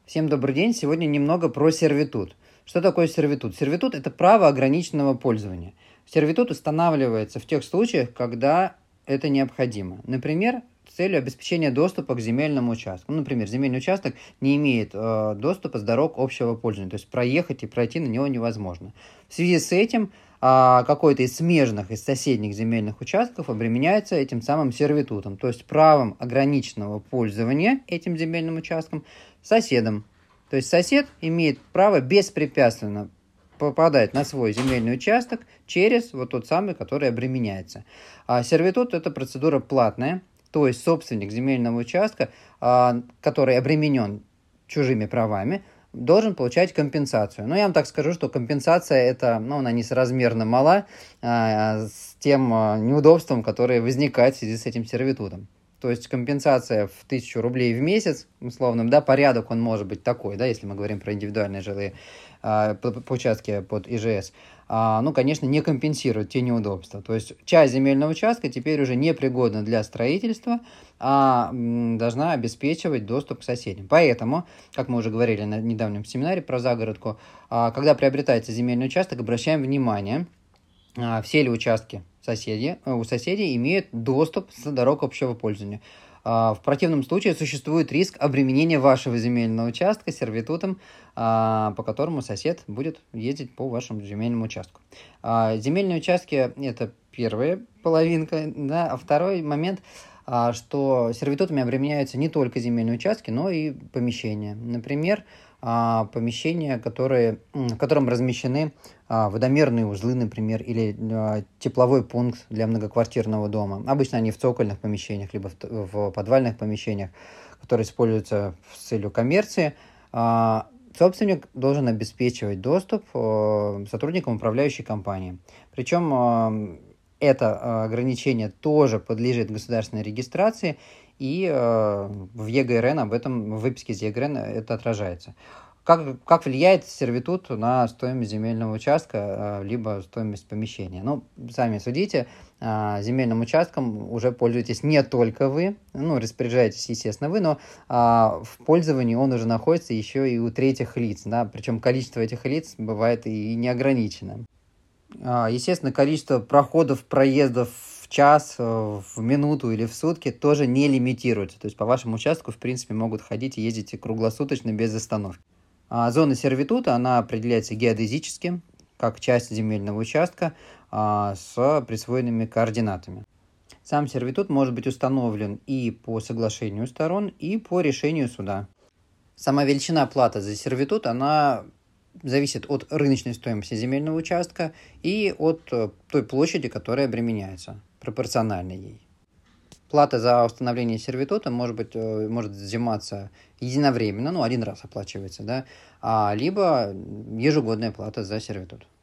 Всем добрый день. Сегодня немного про сервитут. Что такое сервитут? Сервитут – это право ограниченного пользования. Сервитут устанавливается в тех случаях, когда это необходимо. Например, с целью обеспечения доступа к земельному участку. Например, земельный участок не имеет доступа с дорог общего пользования, то есть проехать и пройти на него невозможно. В связи с этим какой-то из смежных, из соседних земельных участков обременяется этим самым сервитутом, то есть правом ограниченного пользования этим земельным участком соседом. То есть сосед имеет право беспрепятственно попадать на свой земельный участок через вот тот самый, который обременяется. А сервитут – это процедура платная, то есть собственник земельного участка, который обременен чужими правами, должен получать компенсацию. Но я вам так скажу, что компенсация эта, она несоразмерно мала с тем неудобством, которое возникает в связи с этим сервитутом. То есть компенсация в 1000 рублей в месяц, условно, да, порядок он может быть такой, да, если мы говорим про индивидуальные жилые по участке под ИЖС, конечно, не компенсирует те неудобства. То есть часть земельного участка теперь уже не пригодна для строительства, а должна обеспечивать доступ к соседям. Поэтому, как мы уже говорили на недавнем семинаре про загородку, когда приобретается земельный участок, обращаем внимание, все ли участки у соседей имеют доступ с дорог общего пользования. В противном случае существует риск обременения вашего земельного участка сервитутом, по которому сосед будет ездить по вашему земельному участку. Земельные участки – это первая половинка, да, а второй момент – что сервитутами обременяются не только земельные участки, но и помещения. Например, помещения, в котором размещены водомерные узлы, например, или тепловой пункт для многоквартирного дома. Обычно они в цокольных помещениях, либо в подвальных помещениях, которые используются с целью коммерции. Собственник должен обеспечивать доступ сотрудникам управляющей компании. Причем это ограничение тоже подлежит государственной регистрации, и в ЕГРН об этом, в выписке из ЕГРН это отражается. Как влияет сервитут на стоимость земельного участка, либо стоимость помещения? Сами судите, земельным участком уже пользуетесь не только вы, распоряжаетесь, естественно, вы, но в пользовании он уже находится еще и у третьих лиц, да, причем количество этих лиц бывает и неограничено. Естественно, количество проходов, проездов в час, в минуту или в сутки тоже не лимитируется. То есть по вашему участку, в принципе, могут ходить и ездить круглосуточно без остановки. Зона сервитута, она определяется геодезически, как часть земельного участка с присвоенными координатами. Сам сервитут может быть установлен и по соглашению сторон, и по решению суда. Сама величина платы за сервитут, она зависит от рыночной стоимости земельного участка и от той площади, которая обременяется, пропорционально ей. Плата за установление сервитута может взиматься единовременно, один раз оплачивается, да, либо ежегодная плата за сервитут.